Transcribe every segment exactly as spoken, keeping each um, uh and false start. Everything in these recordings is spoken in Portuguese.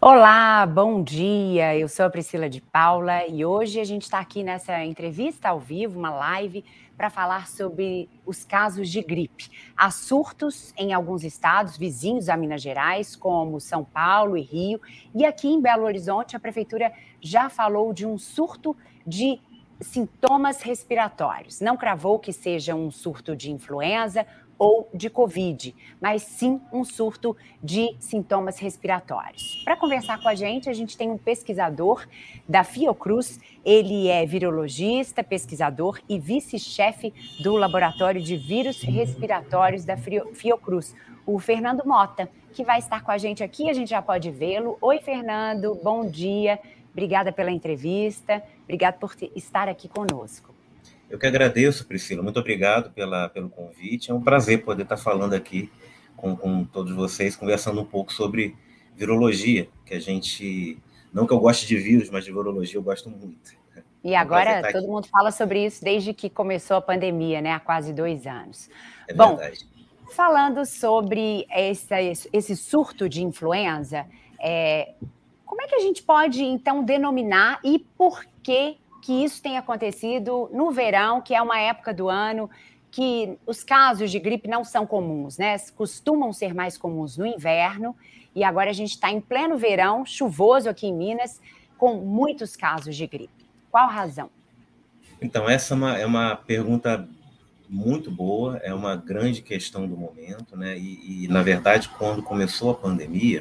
Olá, bom dia. Eu sou a Priscila de Paula e hoje a gente está aqui nessa entrevista ao vivo, uma live, para falar sobre os casos de gripe. Há surtos em alguns estados vizinhos a Minas Gerais, como São Paulo e Rio, e aqui em Belo Horizonte a prefeitura já falou de um surto de sintomas respiratórios. Não cravou que seja um surto de influenza ou de Covid, mas sim um surto de sintomas respiratórios. Para conversar com a gente, a gente tem um pesquisador da Fiocruz, ele é virologista, pesquisador e vice-chefe do Laboratório de Vírus Respiratórios da Fiocruz, o Fernando Mota, que vai estar com a gente aqui, a gente já pode vê-lo. Oi, Fernando, bom dia, obrigada pela entrevista, obrigada por estar aqui conosco. Eu que agradeço, Priscila. Muito obrigado pela, pelo convite. É um prazer poder estar falando aqui com, com todos vocês, conversando um pouco sobre virologia, que a gente... Não que eu goste de vírus, mas de virologia eu gosto muito. E é um agora todo aqui. mundo fala sobre isso desde que começou a pandemia, né? Há quase dois anos. É Bom, verdade. Falando sobre esse, esse surto de influenza, é, como é que a gente pode, então, denominar e por que que isso tem acontecido no verão, que é uma época do ano que os casos de gripe não são comuns, né? Costumam ser mais comuns no inverno, e agora a gente está em pleno verão, chuvoso aqui em Minas, com muitos casos de gripe. Qual a razão? Então, essa é uma, é uma pergunta muito boa, é uma grande questão do momento, né? E, e na verdade, quando começou a pandemia,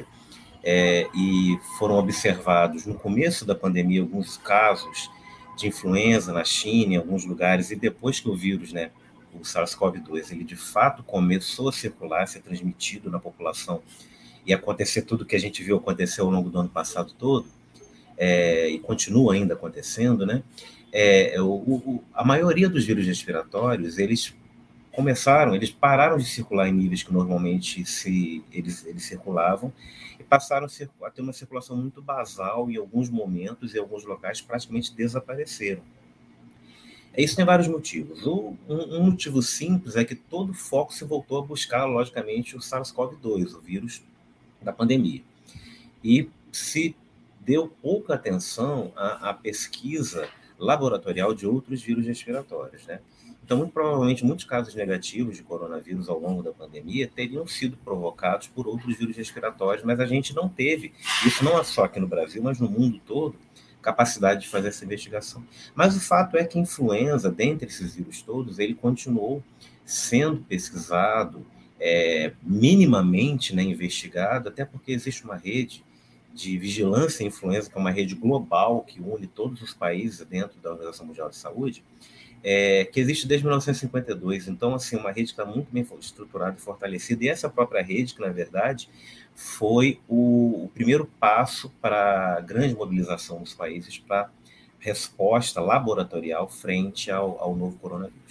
é, e foram observados no começo da pandemia alguns casos de influenza na China, em alguns lugares, e depois que o vírus, né, o SARS-CoV dois, ele de fato começou a circular, a ser transmitido na população e acontecer tudo que a gente viu acontecer ao longo do ano passado todo, é, e continua ainda acontecendo, né? É, o, o, a maioria dos vírus respiratórios, eles começaram, eles pararam de circular em níveis que normalmente se, eles, eles circulavam e passaram a ter uma circulação muito basal em alguns momentos e alguns locais praticamente desapareceram. Isso tem vários motivos. Um, um motivo simples é que todo o foco se voltou a buscar, logicamente, o SARS-CoV dois, o vírus da pandemia. E se deu pouca atenção à, à pesquisa laboratorial de outros vírus respiratórios, né? Então, muito provavelmente, muitos casos negativos de coronavírus ao longo da pandemia teriam sido provocados por outros vírus respiratórios, mas a gente não teve, isso não é só aqui no Brasil, mas no mundo todo, capacidade de fazer essa investigação. Mas o fato é que a influenza, dentre esses vírus todos, ele continuou sendo pesquisado, é, minimamente, né, investigado, até porque existe uma rede de vigilância em influenza, que é uma rede global que une todos os países dentro da Organização Mundial de Saúde, é, que existe desde mil novecentos e cinquenta e dois. Então, assim, uma rede que está muito bem estruturada e fortalecida. E essa própria rede, que na verdade foi o, o primeiro passo para a grande mobilização dos países para resposta laboratorial frente ao, ao novo coronavírus.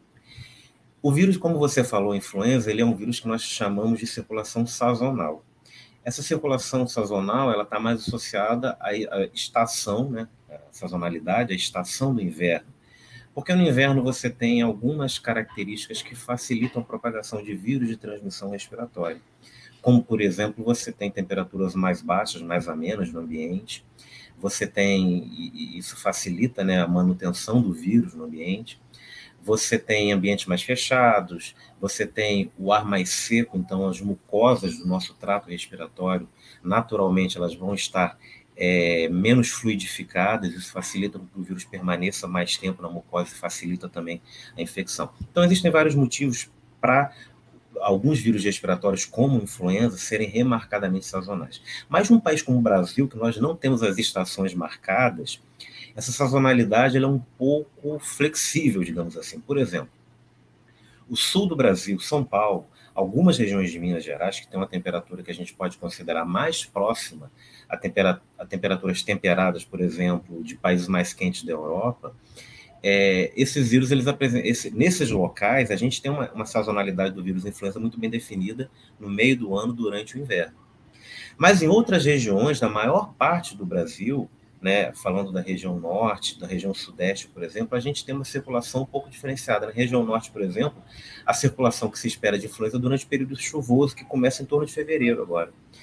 O vírus, como você falou, a influenza, ele é um vírus que nós chamamos de circulação sazonal. Essa circulação sazonal, ela está mais associada à, à estação, né, à sazonalidade, à estação do inverno. Porque no inverno você tem algumas características que facilitam a propagação de vírus de transmissão respiratória. Como, por exemplo, você tem temperaturas mais baixas, mais amenas no ambiente. Você tem, e isso facilita, né, a manutenção do vírus no ambiente. Você tem ambientes mais fechados, você tem o ar mais seco, então as mucosas do nosso trato respiratório, naturalmente, elas vão estar é, menos fluidificadas, isso facilita que o vírus permaneça mais tempo na mucosa e facilita também a infecção. Então, existem vários motivos para alguns vírus respiratórios, como influenza, serem remarcadamente sazonais. Mas num país como o Brasil, que nós não temos as estações marcadas, essa sazonalidade ela é um pouco flexível, digamos assim. Por exemplo, o sul do Brasil, São Paulo, algumas regiões de Minas Gerais, que tem uma temperatura que a gente pode considerar mais próxima a, tempera- a temperaturas temperadas, por exemplo, de países mais quentes da Europa, é, esses vírus, eles apresentam, esse, nesses locais, a gente tem uma, uma sazonalidade do vírus influenza muito bem definida no meio do ano, durante o inverno. Mas em outras regiões, na maior parte do Brasil, né, falando da região norte, da região sudeste, por exemplo, a gente tem uma circulação um pouco diferenciada. Na região norte, por exemplo, a circulação que se espera de influenza durante o período chuvoso, que começa em torno de fevereiro agora.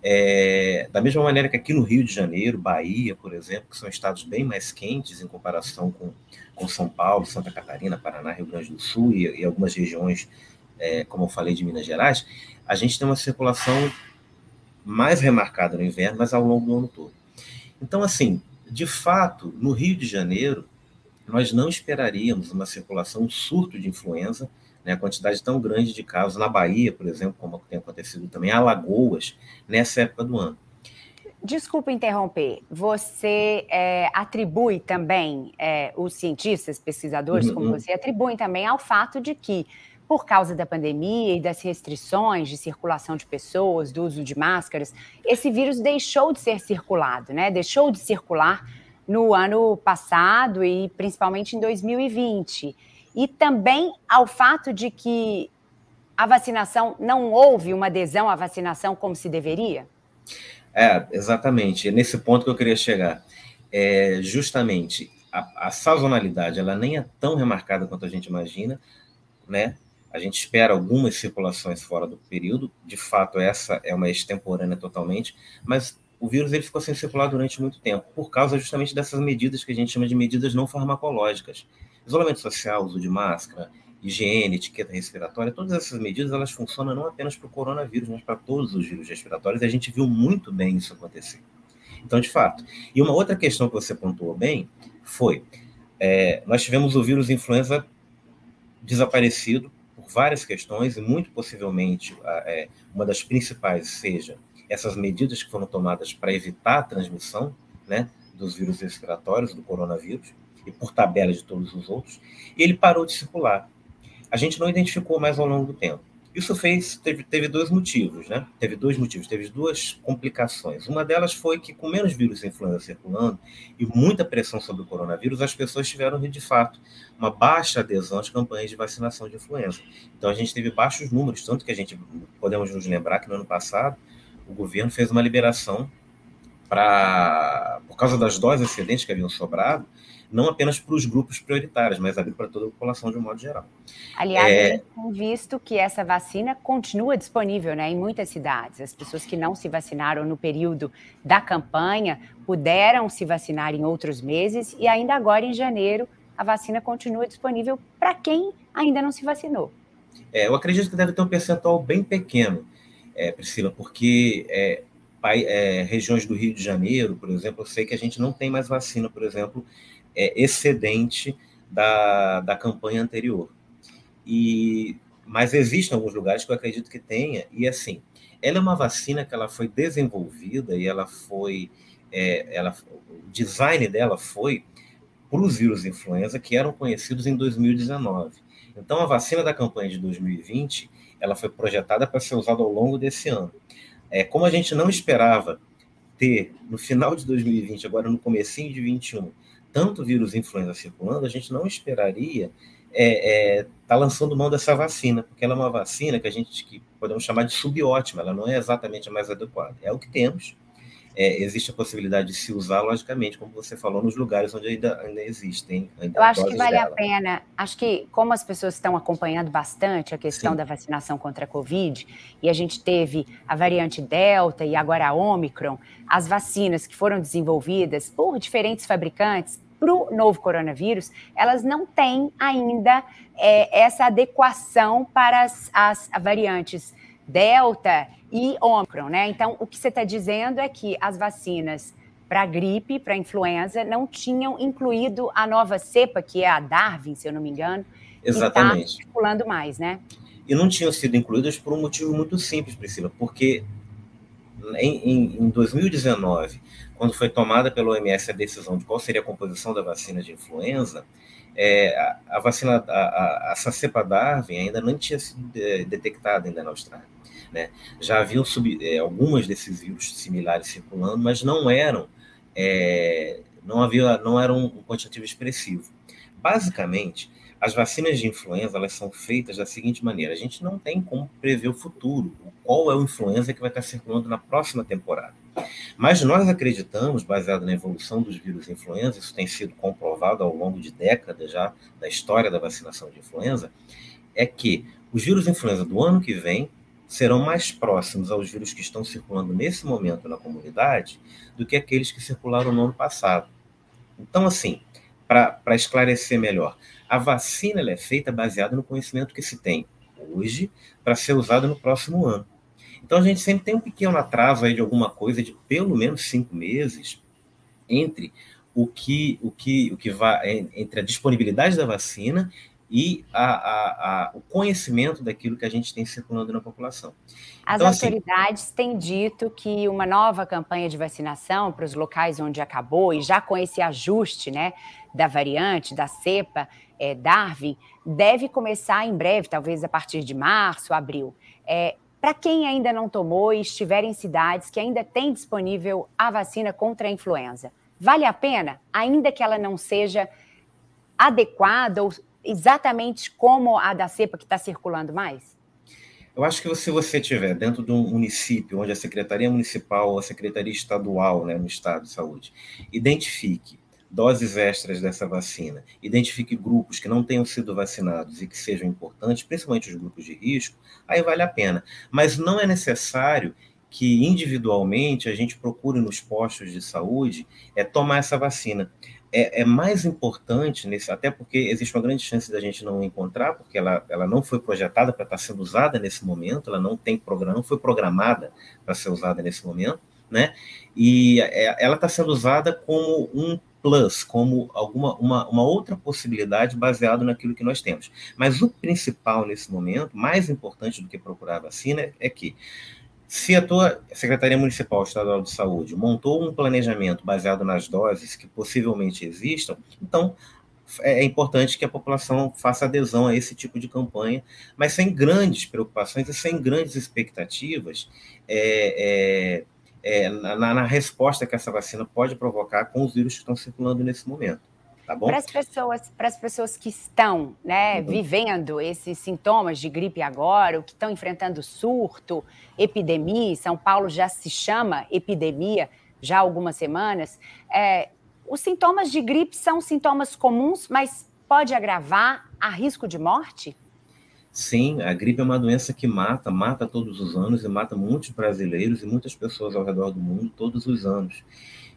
É, da mesma maneira que aqui no Rio de Janeiro, Bahia, por exemplo, que são estados bem mais quentes em comparação com, com São Paulo, Santa Catarina, Paraná, Rio Grande do Sul e, e algumas regiões, é, como eu falei, de Minas Gerais, a gente tem uma circulação mais remarcada no inverno, mas ao longo do ano todo. Então, assim, de fato, no Rio de Janeiro, nós não esperaríamos uma circulação, um surto de influenza, né, a quantidade tão grande de casos na Bahia, por exemplo, como tem acontecido também, Alagoas, nessa época do ano. Desculpa interromper, você é, atribui também, é, os cientistas, pesquisadores como Uhum. você, atribuem também ao fato de que, por causa da pandemia e das restrições de circulação de pessoas, do uso de máscaras, esse vírus deixou de ser circulado, né? Deixou de circular no ano passado e principalmente em dois mil e vinte. E também ao fato de que a vacinação, não houve uma adesão à vacinação como se deveria? É, exatamente. É nesse ponto que eu queria chegar. É, justamente, a, a sazonalidade, ela nem é tão remarcada quanto a gente imagina, né? A gente espera algumas circulações fora do período, de fato essa é uma extemporânea totalmente, mas o vírus ele ficou sem circular durante muito tempo, por causa justamente dessas medidas que a gente chama de medidas não farmacológicas. Isolamento social, uso de máscara, higiene, etiqueta respiratória, todas essas medidas elas funcionam não apenas para o coronavírus, mas para todos os vírus respiratórios, e a gente viu muito bem isso acontecer. Então, de fato. E uma outra questão que você pontuou bem foi, é, nós tivemos o vírus influenza desaparecido por várias questões, e muito possivelmente é, uma das principais seja essas medidas que foram tomadas para evitar a transmissão, né, dos vírus respiratórios, do coronavírus, e por tabela de todos os outros, e ele parou de circular. A gente não identificou mais ao longo do tempo. Isso fez, teve, teve dois motivos, né? Teve dois motivos, teve duas complicações. Uma delas foi que, com menos vírus influenza circulando e muita pressão sobre o coronavírus, as pessoas tiveram, de fato, uma baixa adesão às campanhas de vacinação de influenza. Então, a gente teve baixos números, tanto que a gente podemos nos lembrar que no ano passado o governo fez uma liberação para, por causa das doses excedentes que haviam sobrado, não apenas para os grupos prioritários, mas abrir para toda a população de um modo geral. Aliás, é... a gente tem visto que essa vacina continua disponível, né, em muitas cidades. As pessoas que não se vacinaram no período da campanha puderam se vacinar em outros meses e ainda agora, em janeiro, a vacina continua disponível para quem ainda não se vacinou. É, eu acredito que deve ter um percentual bem pequeno, é, Priscila, porque... É, É, regiões do Rio de Janeiro, por exemplo, eu sei que a gente não tem mais vacina, por exemplo, é, excedente da, da campanha anterior. E, mas existem alguns lugares que eu acredito que tenha, e assim, ela é uma vacina que ela foi desenvolvida e ela foi, é, ela, o design dela foi para os vírus influenza que eram conhecidos em dois mil e dezenove. Então, a vacina da campanha de dois mil e vinte, ela foi projetada para ser usada ao longo desse ano. É, como a gente não esperava ter, no final de dois mil e vinte, agora no comecinho de vinte e um, tanto vírus influenza circulando, a gente não esperaria estar é, é, tá lançando mão dessa vacina, porque ela é uma vacina que a gente que podemos chamar de subótima, ela não é exatamente a mais adequada. É o que temos. É, existe a possibilidade de se usar, logicamente, como você falou, nos lugares onde ainda, ainda existem. Ainda Eu acho que vale dela. a pena, acho que como as pessoas estão acompanhando bastante a questão Sim. da vacinação contra a Covid, e a gente teve a variante Delta e agora a Ômicron, as vacinas que foram desenvolvidas por diferentes fabricantes para o novo coronavírus, elas não têm ainda é, essa adequação para as, as variantes Delta e Ômicron, né? Então, o que você está dizendo é que as vacinas para gripe, para influenza, não tinham incluído a nova cepa, que é a Darwin, se eu não me engano, Exatamente. que está circulando mais, né? E não tinham sido incluídas por um motivo muito simples, Priscila, porque em, em, em dois mil e dezenove, quando foi tomada pela O M S a decisão de qual seria a composição da vacina de influenza, é, a, a vacina, a, a, essa cepa Darwin ainda não tinha sido de, detectada ainda na Austrália. Né? Já haviam sub, é, algumas desses vírus similares circulando, mas não eram, é, não havia, não eram um quantitativo expressivo. Basicamente, as vacinas de influenza elas são feitas da seguinte maneira: a gente não tem como prever o futuro, qual é o influenza que vai estar circulando na próxima temporada. Mas nós acreditamos, baseado na evolução dos vírus influenza, isso tem sido comprovado ao longo de décadas já da história da vacinação de influenza, é que os vírus influenza do ano que vem serão mais próximos aos vírus que estão circulando nesse momento na comunidade do que aqueles que circularam no ano passado. Então, assim, para esclarecer melhor, a vacina ela é feita baseada no conhecimento que se tem hoje para ser usado no próximo ano. Então, a gente sempre tem um pequeno atraso aí de alguma coisa de pelo menos cinco meses entre o que, o que, o que vai, entre a disponibilidade da vacina e a, a, a, o conhecimento daquilo que a gente tem circulando na população. As então, autoridades assim, têm dito que uma nova campanha de vacinação para os locais onde acabou, e já com esse ajuste, né, da variante, da cepa, é, Darwin, deve começar em breve, talvez a partir de março, abril. É, para quem ainda não tomou e estiver em cidades que ainda têm disponível a vacina contra a influenza, vale a pena, ainda que ela não seja adequada ou exatamente como a da cepa que está circulando mais? Eu acho que se você estiver dentro de um município onde a Secretaria Municipal ou a Secretaria Estadual, né, no Estado de Saúde, identifique doses extras dessa vacina, identifique grupos que não tenham sido vacinados e que sejam importantes, principalmente os grupos de risco, aí vale a pena. Mas não é necessário que individualmente a gente procure nos postos de saúde é, tomar essa vacina. É, é mais importante, nesse, até porque existe uma grande chance da gente não encontrar, porque ela, ela não foi projetada para estar sendo usada nesse momento, ela não tem programa, não foi programada para ser usada nesse momento, né? E é, ela está sendo usada como um plus, como alguma, uma, uma outra possibilidade baseado naquilo que nós temos. Mas o principal nesse momento, mais importante do que procurar a vacina, é que se a tua Secretaria Municipal Estadual de Saúde montou um planejamento baseado nas doses que possivelmente existam, então é importante que a população faça adesão a esse tipo de campanha, mas sem grandes preocupações e sem grandes expectativas é, é, é, na, na resposta que essa vacina pode provocar com os vírus que estão circulando nesse momento. Tá bom? Para as pessoas, para as pessoas que estão, né, uhum. vivendo esses sintomas de gripe agora, o que estão enfrentando surto, epidemia, São Paulo já se chama epidemia já há algumas semanas, é, os sintomas de gripe são sintomas comuns, mas pode agravar, há risco de morte? Sim, a gripe é uma doença que mata, mata todos os anos e mata muitos brasileiros e muitas pessoas ao redor do mundo todos os anos.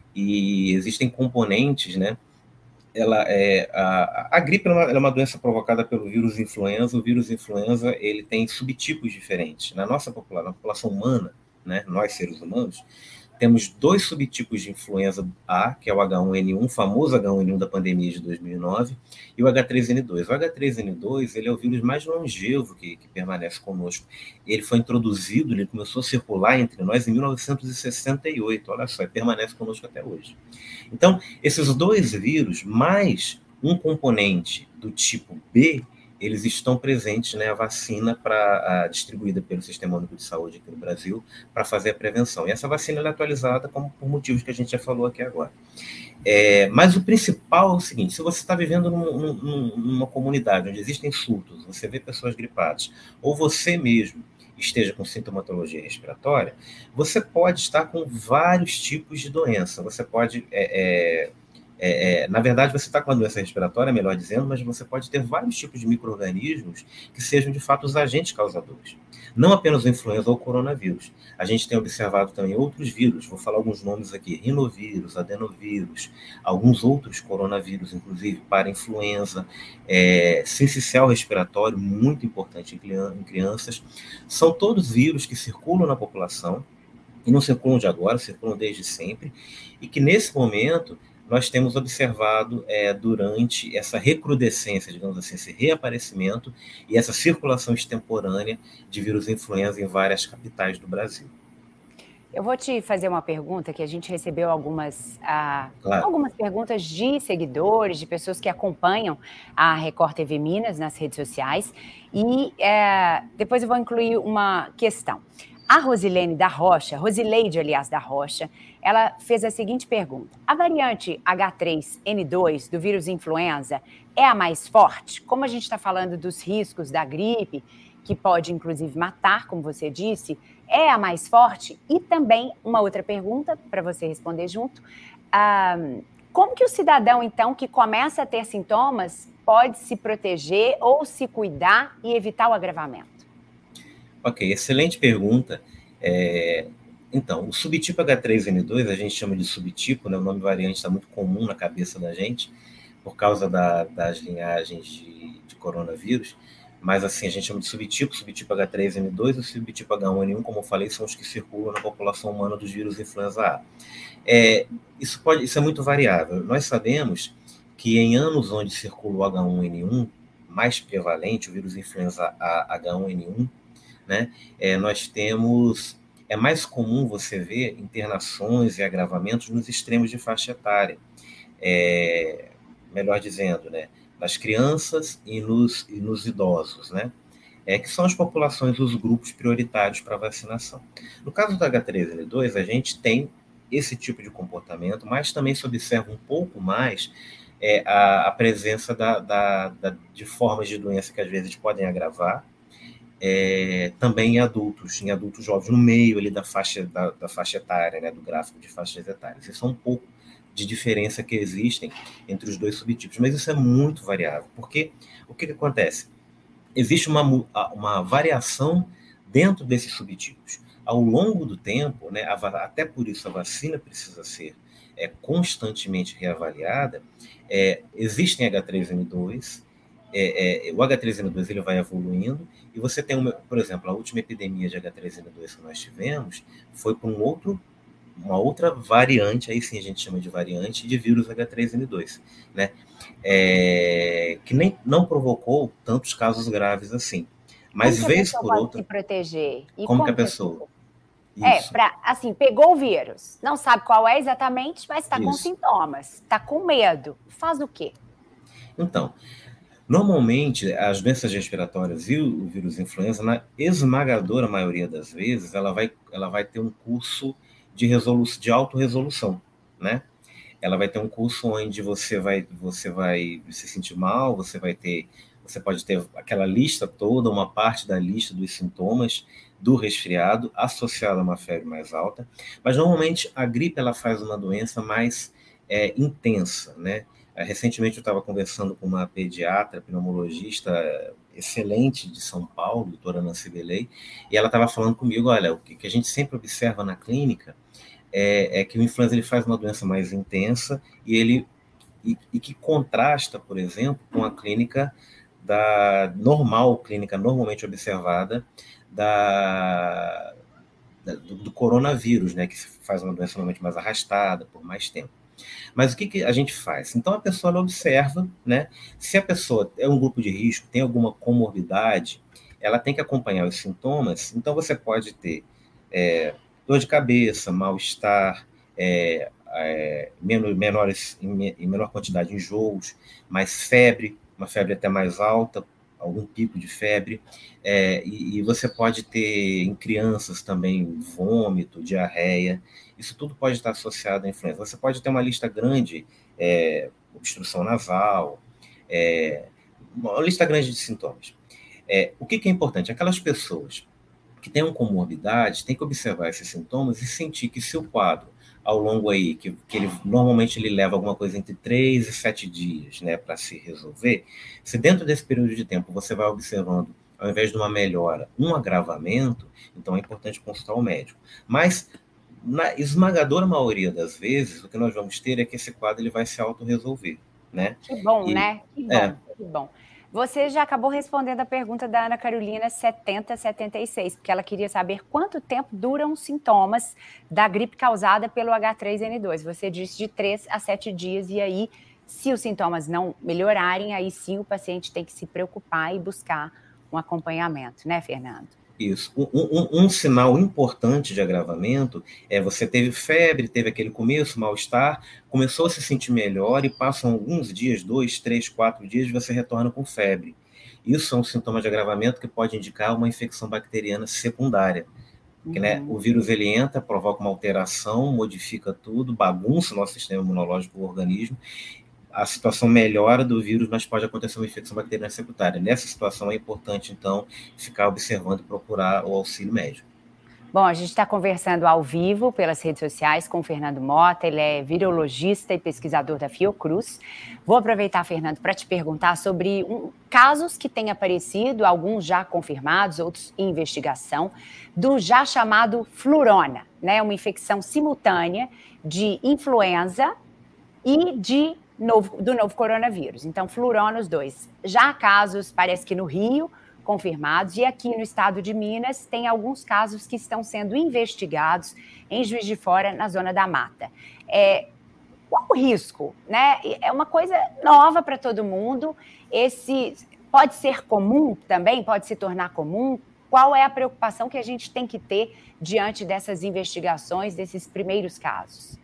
E existem componentes, né? Ela é, a, a gripe é uma, é uma doença provocada pelo vírus influenza. O vírus influenza ele tem subtipos diferentes. Na nossa população, na população humana, né, nós seres humanos, temos dois subtipos de influenza A, que é o agá um ene um, o famoso agá um ene um da pandemia de dois mil e nove, e o agá três ene dois. O agá três ene dois ele é o vírus mais longevo que, que permanece conosco. Ele foi introduzido, ele começou a circular entre nós em mil novecentos e sessenta e oito, olha só, e permanece conosco até hoje. Então, esses dois vírus, mais um componente do tipo B, eles estão presentes, né, a vacina pra, a, distribuída pelo Sistema Único de Saúde aqui no Brasil para fazer a prevenção. E essa vacina ela é atualizada como, por motivos que a gente já falou aqui agora. É, mas o principal é o seguinte, se você está vivendo num, num, numa comunidade onde existem surtos, você vê pessoas gripadas, ou você mesmo esteja com sintomatologia respiratória, você pode estar com vários tipos de doença. Você pode... É, é, É, é, na verdade, você está com uma doença respiratória, melhor dizendo, mas você pode ter vários tipos de micro-organismos que sejam, de fato, os agentes causadores. Não apenas o influenza ou o coronavírus. A gente tem observado também outros vírus, vou falar alguns nomes aqui, rinovírus, adenovírus, alguns outros coronavírus, inclusive, para influenza, é, sincicial respiratório, muito importante em crianças. São todos vírus que circulam na população, e não circulam de agora, circulam desde sempre, e que, nesse momento, nós temos observado é, durante essa recrudescência, digamos assim, esse reaparecimento e essa circulação extemporânea de vírus influenza em várias capitais do Brasil. Eu vou te fazer uma pergunta que a gente recebeu algumas, ah, claro. algumas perguntas de seguidores, de pessoas que acompanham a Record T V Minas nas redes sociais, e é, depois eu vou incluir uma questão. A Rosilene da Rocha, Rosileide, aliás, da Rocha, ela fez a seguinte pergunta. A variante agá três ene dois do vírus influenza é a mais forte? Como a gente está falando dos riscos da gripe, que pode inclusive matar, como você disse, é a mais forte? E também uma outra pergunta, para você responder junto. Ah, como que o cidadão, então, que começa a ter sintomas, pode se proteger ou se cuidar e evitar o agravamento? Ok, excelente pergunta. É, então, o subtipo H três N dois, a gente chama de subtipo, né? O nome variante está muito comum na cabeça da gente, por causa da, das linhagens de, de coronavírus, mas assim, a gente chama de subtipo, subtipo H três N dois e o subtipo H um N um, como eu falei, são os que circulam na população humana dos vírus influenza A. É, isso, pode, isso é muito variável. Nós sabemos que em anos onde circula o H um N um, mais prevalente, o vírus influenza A H um N um, né, é, nós temos, é mais comum você ver internações e agravamentos nos extremos de faixa etária, é, melhor dizendo, né, nas crianças e nos, e nos idosos, né, é, que são as populações, os grupos prioritários para vacinação. No caso do H três N dois, a gente tem esse tipo de comportamento, mas também se observa um pouco mais é, a, a presença da, da, da, de formas de doença que às vezes podem agravar, é, também em adultos, em adultos jovens, no meio ali da faixa, da, da faixa etária, né, do gráfico de faixas etárias. Isso é um pouco de diferença que existem entre os dois subtipos, mas isso é muito variável, porque o que, que acontece? Existe uma, uma variação dentro desses subtipos. Ao longo do tempo, né, a, até por isso a vacina precisa ser é, constantemente reavaliada, é, existem H três N dois, é, é, o H três N dois ele vai evoluindo, e você tem, uma, por exemplo, a última epidemia de H três N dois que nós tivemos foi para um outro, uma outra variante, aí sim a gente chama de variante, de vírus H três N dois, né? É, que nem, não provocou tantos casos graves assim. Mas, vez por outra... Como se proteger? E como, como que a pessoa... É, pra, assim, pegou o vírus, não sabe qual é exatamente, mas está com sintomas, está com medo. Faz o quê? Então, normalmente, as doenças respiratórias e o vírus influenza, na esmagadora maioria das vezes, ela vai, ela vai ter um curso de, resolução, de autorresolução, né? Ela vai ter um curso onde você vai, você vai se sentir mal, você vai ter, você pode ter aquela lista toda, uma parte da lista dos sintomas do resfriado associada a uma febre mais alta, mas normalmente a gripe ela faz uma doença mais é, intensa, né? Recentemente eu estava conversando com uma pediatra, pneumologista excelente de São Paulo, doutora Nancy Belay, e ela estava falando comigo, olha, o que a gente sempre observa na clínica é, é que o influenza ele faz uma doença mais intensa e ele e, e que contrasta, por exemplo, com a clínica da normal, clínica normalmente observada da, da do, do coronavírus, né, que faz uma doença normalmente mais arrastada por mais tempo. Mas o que, que a gente faz? Então, a pessoa ela observa, né? Se a pessoa é um grupo de risco, tem alguma comorbidade, ela tem que acompanhar os sintomas. Então, você pode ter é, dor de cabeça, mal-estar, é, é, menor, menores, em, em menor quantidade enjoos, mais febre, uma febre até mais alta, algum pico de febre, é, e, e você pode ter em crianças também vômito, diarreia. Isso tudo pode estar associado à influenza. Você pode ter uma lista grande, é, obstrução nasal, é, uma lista grande de sintomas. É, o que, que é importante? Aquelas pessoas que tenham comorbidade têm que observar esses sintomas e sentir que seu quadro, ao longo aí, que, que ele normalmente ele leva alguma coisa entre três e sete dias, né, para se resolver, se dentro desse período de tempo você vai observando, ao invés de uma melhora, um agravamento, então é importante consultar o médico. Mas na esmagadora maioria das vezes, o que nós vamos ter é que esse quadro ele vai se autorresolver, né? Que bom, e, né? Que bom, é... que bom. Você já acabou respondendo a pergunta da Ana Carolina setenta setenta e seis, porque ela queria saber quanto tempo duram os sintomas da gripe causada pelo H três N dois. Você disse de três a sete dias, e aí, se os sintomas não melhorarem, aí sim o paciente tem que se preocupar e buscar um acompanhamento, né, Fernando? Isso. Um, um, um sinal importante de agravamento é você teve febre, teve aquele começo, mal-estar, começou a se sentir melhor e passam alguns dias, dois, três, quatro dias, você retorna com febre. Isso é um sintoma de agravamento que pode indicar uma infecção bacteriana secundária. Porque, uhum. né, o vírus ele entra, provoca uma alteração, modifica tudo, bagunça o nosso sistema imunológico, o organismo, a situação melhora do vírus, mas pode acontecer uma infecção bacteriana secundária. Nessa situação é importante, então, ficar observando e procurar o auxílio médico. Bom, a gente está conversando ao vivo pelas redes sociais com o Fernando Mota, ele é virologista e pesquisador da Fiocruz. Vou aproveitar, Fernando, para te perguntar sobre um, casos que têm aparecido, alguns já confirmados, outros em investigação, do já chamado flurona, né? Uma infecção simultânea de influenza e de novo, do novo coronavírus. Então, flurona os dois. Já há casos, parece que no Rio, confirmados, e aqui no estado de Minas tem alguns casos que estão sendo investigados em Juiz de Fora, na Zona da Mata. É, qual o risco? Né? É uma coisa nova para todo mundo, esse pode ser comum também, pode se tornar comum. Qual é a preocupação que a gente tem que ter diante dessas investigações, desses primeiros casos?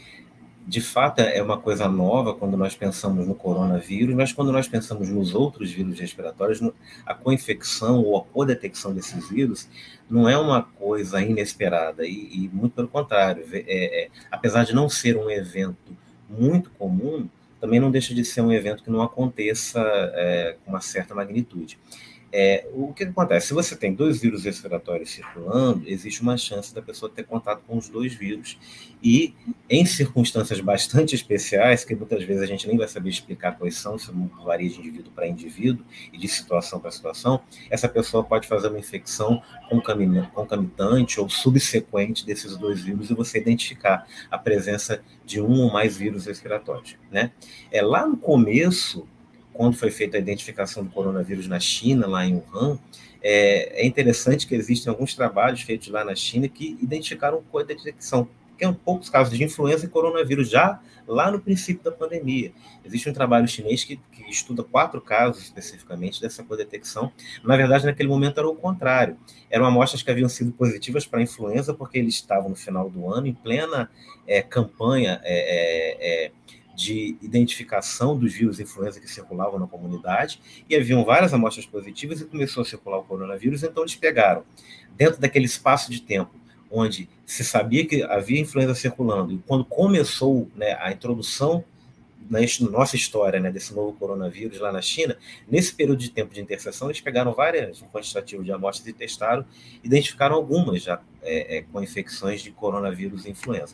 De fato, é uma coisa nova quando nós pensamos no coronavírus, mas quando nós pensamos nos outros vírus respiratórios, a co-infecção ou a co-detecção desses vírus não é uma coisa inesperada, e, e muito pelo contrário, é, é, apesar de não ser um evento muito comum, também não deixa de ser um evento que não aconteça é, com uma certa magnitude. É, o que acontece? Se você tem dois vírus respiratórios circulando, existe uma chance da pessoa ter contato com os dois vírus. E, em circunstâncias bastante especiais, que muitas vezes a gente nem vai saber explicar quais são, isso varia de indivíduo para indivíduo e de situação para situação, essa pessoa pode fazer uma infecção concomitante ou subsequente desses dois vírus e você identificar a presença de um ou mais vírus respiratórios, né? É, lá no começo, quando foi feita a identificação do coronavírus na China, lá em Wuhan, é, é interessante que existem alguns trabalhos feitos lá na China que identificaram co-detecção, que são poucos casos de influenza e coronavírus já lá no princípio da pandemia. Existe um trabalho chinês que, que estuda quatro casos especificamente dessa co-detecção. Na verdade, naquele momento era o contrário. Eram amostras que haviam sido positivas para a influenza porque eles estavam no final do ano, em plena é, campanha é, é, de identificação dos vírus influenza que circulavam na comunidade, e haviam várias amostras positivas e começou a circular o coronavírus, então eles pegaram, dentro daquele espaço de tempo, onde se sabia que havia influenza circulando, e quando começou, né, a introdução na nossa história, né, desse novo coronavírus lá na China, nesse período de tempo de interseção, eles pegaram várias quantitativos de amostras e testaram, identificaram algumas já é, é, com infecções de coronavírus e influenza.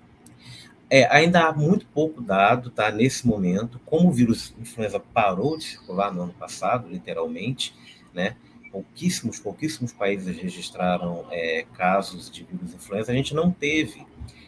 É, ainda há muito pouco dado, tá, nesse momento, como o vírus influenza parou de circular no ano passado, literalmente, né? Pouquíssimos, pouquíssimos países registraram é, casos de vírus influenza, a gente não teve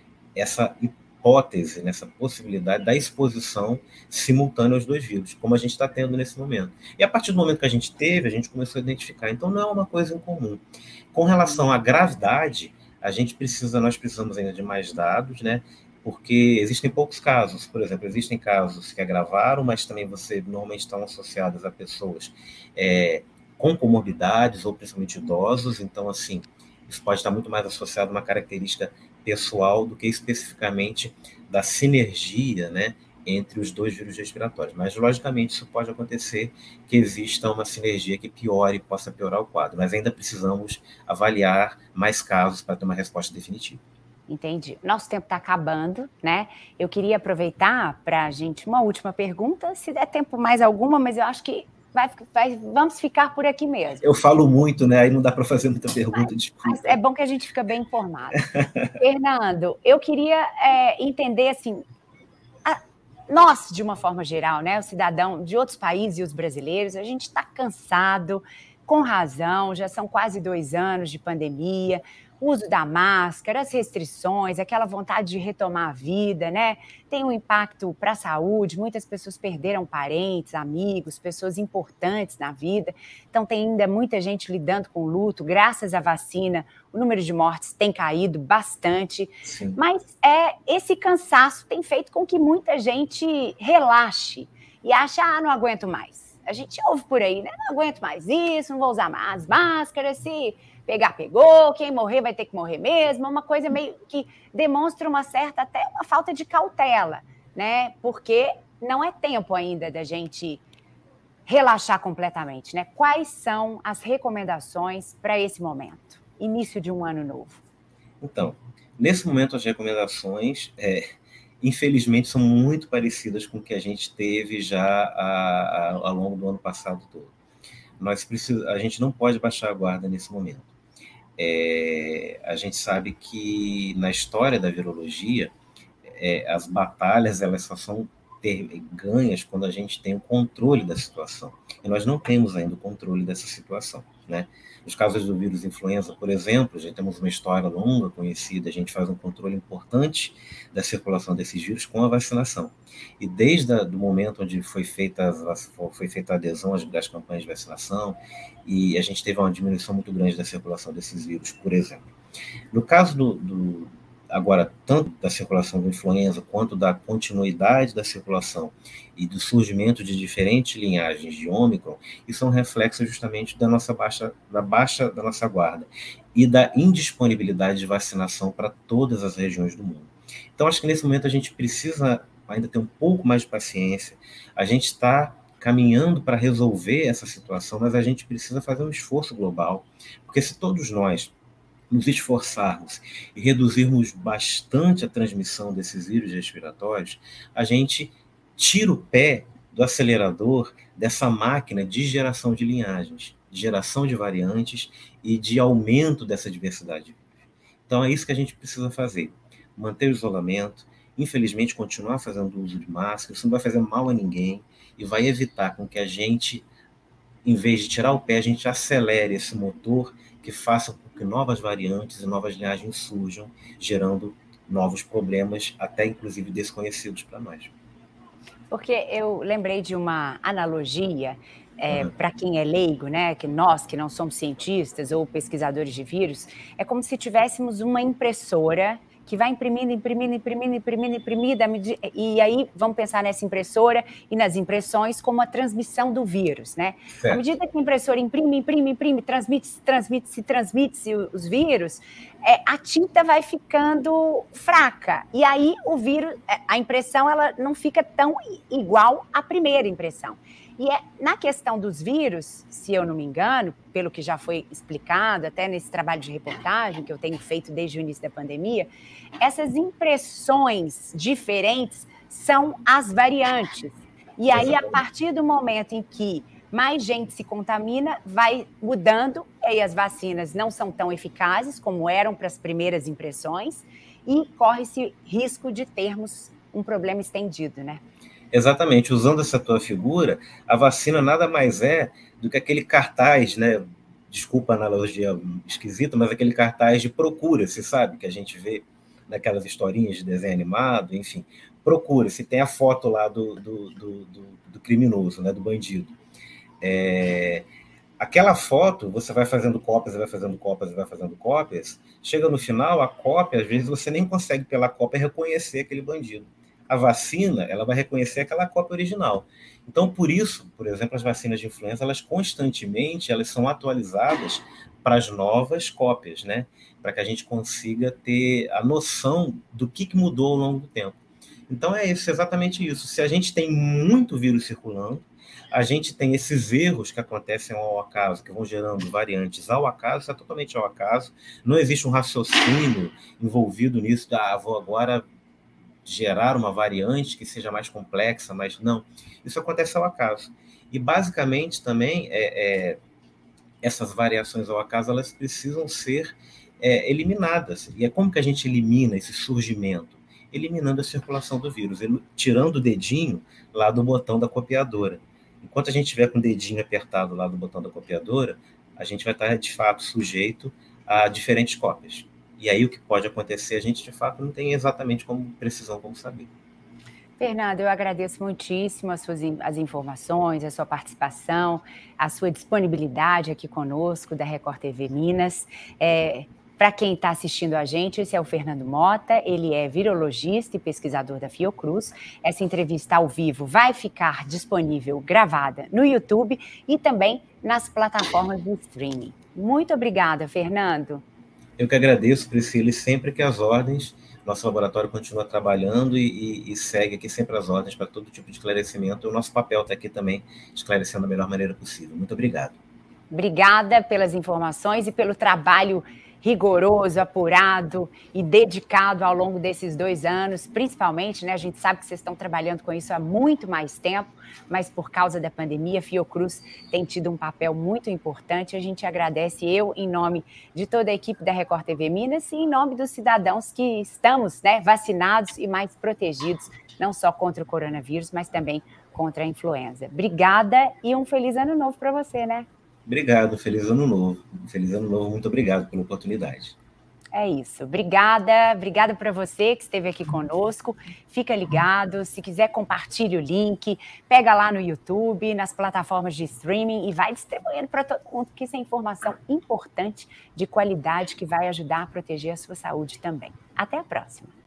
essa hipótese, nessa possibilidade da exposição simultânea aos dois vírus, como a gente está tendo nesse momento. E a partir do momento que a gente teve, a gente começou a identificar. Então, não é uma coisa incomum. Com relação à gravidade, a gente precisa, nós precisamos ainda de mais dados, né? Porque existem poucos casos. Por exemplo, existem casos que agravaram, mas também você normalmente estão associados a pessoas é, com comorbidades ou principalmente idosos. Então, assim, isso pode estar muito mais associado a uma característica pessoal do que especificamente da sinergia, né, entre os dois vírus respiratórios. Mas, logicamente, isso pode acontecer que exista uma sinergia que piore, possa piorar o quadro. Mas ainda precisamos avaliar mais casos para ter uma resposta definitiva. Entendi. Nosso tempo está acabando, né? Eu queria aproveitar para a gente uma última pergunta, se der tempo mais alguma, mas eu acho que vai, vai, vamos ficar por aqui mesmo. Eu falo muito, né? Aí não dá para fazer muita pergunta, mas, desculpa. Mas é bom que a gente fica bem informado. Fernando, eu queria é, entender, assim, a, nós, de uma forma geral, né? O cidadão de outros países e os brasileiros, a gente está cansado, com razão, já são quase dois anos de pandemia, o uso da máscara, as restrições, aquela vontade de retomar a vida, né? Tem um impacto para a saúde, muitas pessoas perderam parentes, amigos, pessoas importantes na vida, então tem ainda muita gente lidando com luto, graças à vacina, o número de mortes tem caído bastante, Sim. mas é, esse cansaço tem feito com que muita gente relaxe e ache, ah, não aguento mais. A gente ouve por aí, né? Não aguento mais isso, não vou usar mais máscara, se pegar, pegou, quem morrer vai ter que morrer mesmo, uma coisa meio que demonstra uma certa, até uma falta de cautela, né? Porque não é tempo ainda da gente relaxar completamente, né? Quais são as recomendações para esse momento, início de um ano novo? Então, nesse momento as recomendações, é, infelizmente, são muito parecidas com o que a gente teve já a, a, ao longo do ano passado todo. Nós precisamos, a gente não pode baixar a guarda nesse momento. É, a gente sabe que na história da virologia, é, as batalhas elas só são ter, ganhas quando a gente tem o controle da situação. E nós não temos ainda o controle dessa situação, né? Nos casos do vírus influenza, por exemplo, já temos uma história longa, conhecida, a gente faz um controle importante da circulação desses vírus com a vacinação. E desde o momento onde foi feita, foi feita a adesão às, às campanhas de vacinação, e a gente teve uma diminuição muito grande da circulação desses vírus, por exemplo. No caso do, do agora, tanto da circulação do influenza, quanto da continuidade da circulação e do surgimento de diferentes linhagens de Ômicron, isso é um reflexo justamente da nossa baixa, da baixa da nossa guarda e da indisponibilidade de vacinação para todas as regiões do mundo. Então, acho que nesse momento a gente precisa ainda ter um pouco mais de paciência. A gente está caminhando para resolver essa situação, mas a gente precisa fazer um esforço global, porque se todos nós nos esforçarmos e reduzirmos bastante a transmissão desses vírus respiratórios, a gente tira o pé do acelerador dessa máquina de geração de linhagens, de geração de variantes e de aumento dessa diversidade. Então é isso que a gente precisa fazer, manter o isolamento, infelizmente continuar fazendo uso de máscara, isso não vai fazer mal a ninguém e vai evitar com que a gente, em vez de tirar o pé, a gente acelere esse motor que faça com que novas variantes e novas linhagens surjam, gerando novos problemas, até inclusive desconhecidos para nós. Porque eu lembrei de uma analogia, é, uhum. para quem é leigo, né, que nós que não somos cientistas ou pesquisadores de vírus, é como se tivéssemos uma impressora que vai imprimindo, imprimindo, imprimindo, imprimindo, imprimindo, e aí vamos pensar nessa impressora e nas impressões como a transmissão do vírus, né? Certo. À medida que a impressora imprime, imprime, imprime, transmite-se, transmite-se, transmite-se os vírus, é, a tinta vai ficando fraca, e aí o vírus, a impressão, ela não fica tão igual à primeira impressão. E é, na questão dos vírus, se eu não me engano, pelo que já foi explicado, até nesse trabalho de reportagem que eu tenho feito desde o início da pandemia, essas impressões diferentes são as variantes. E aí, a partir do momento em que mais gente se contamina, vai mudando, e aí as vacinas não são tão eficazes como eram para as primeiras impressões, e corre-se risco de termos um problema estendido, né? Exatamente, usando essa tua figura, a vacina nada mais é do que aquele cartaz, né? Desculpa a analogia esquisita, mas aquele cartaz de procura, você sabe, que a gente vê naquelas historinhas de desenho animado, enfim, procura, se tem a foto lá do, do, do, do, do criminoso, né? Do bandido. É, aquela foto, você vai fazendo cópias, vai fazendo cópias, vai fazendo cópias, chega no final, a cópia, às vezes você nem consegue pela cópia reconhecer aquele bandido. A vacina, ela vai reconhecer aquela cópia original. Então, por isso, por exemplo, as vacinas de influenza, elas constantemente elas são atualizadas para as novas cópias, né? Para que a gente consiga ter a noção do que, que mudou ao longo do tempo. Então, é isso, exatamente isso. Se a gente tem muito vírus circulando, a gente tem esses erros que acontecem ao acaso, que vão gerando variantes ao acaso, isso é totalmente ao acaso. Não existe um raciocínio envolvido nisso, ah, vou agora gerar uma variante que seja mais complexa, mas não. Isso acontece ao acaso. E, basicamente, também, é, é, essas variações ao acaso, elas precisam ser é, eliminadas. E é como que a gente elimina esse surgimento? Eliminando a circulação do vírus, ele, tirando o dedinho lá do botão da copiadora. Enquanto a gente estiver com o dedinho apertado lá do botão da copiadora, a gente vai estar, de fato, sujeito a diferentes cópias. E aí o que pode acontecer, a gente de fato não tem exatamente como precisão como saber. Fernando, eu agradeço muitíssimo as suas as informações, a sua participação, a sua disponibilidade aqui conosco da Record T V Minas. É, Para quem está assistindo a gente, esse é o Fernando Mota, ele é virologista e pesquisador da Fiocruz. Essa entrevista ao vivo vai ficar disponível, gravada no YouTube e também nas plataformas de streaming. Muito obrigada, Fernando. Eu que agradeço, Priscila, e sempre que as ordens, nosso laboratório continua trabalhando e, e, e segue aqui sempre as ordens para todo tipo de esclarecimento. O nosso papel está aqui também, esclarecendo da melhor maneira possível. Muito obrigado. Obrigada pelas informações e pelo trabalho rigoroso, apurado e dedicado ao longo desses dois anos, principalmente, né? A gente sabe que vocês estão trabalhando com isso há muito mais tempo, mas por causa da pandemia, a Fiocruz tem tido um papel muito importante. A gente agradece, eu, em nome de toda a equipe da Record T V Minas e em nome dos cidadãos que estamos, né, vacinados e mais protegidos, não só contra o coronavírus, mas também contra a influenza. Obrigada e um feliz ano novo para você, né? Obrigado, feliz ano novo. Feliz ano novo, muito obrigado pela oportunidade. É isso. Obrigada, obrigada para você que esteve aqui conosco. Fica ligado, se quiser compartilhe o link, pega lá no YouTube, nas plataformas de streaming e vai distribuindo para todo mundo, que isso é informação importante, de qualidade, que vai ajudar a proteger a sua saúde também. Até a próxima.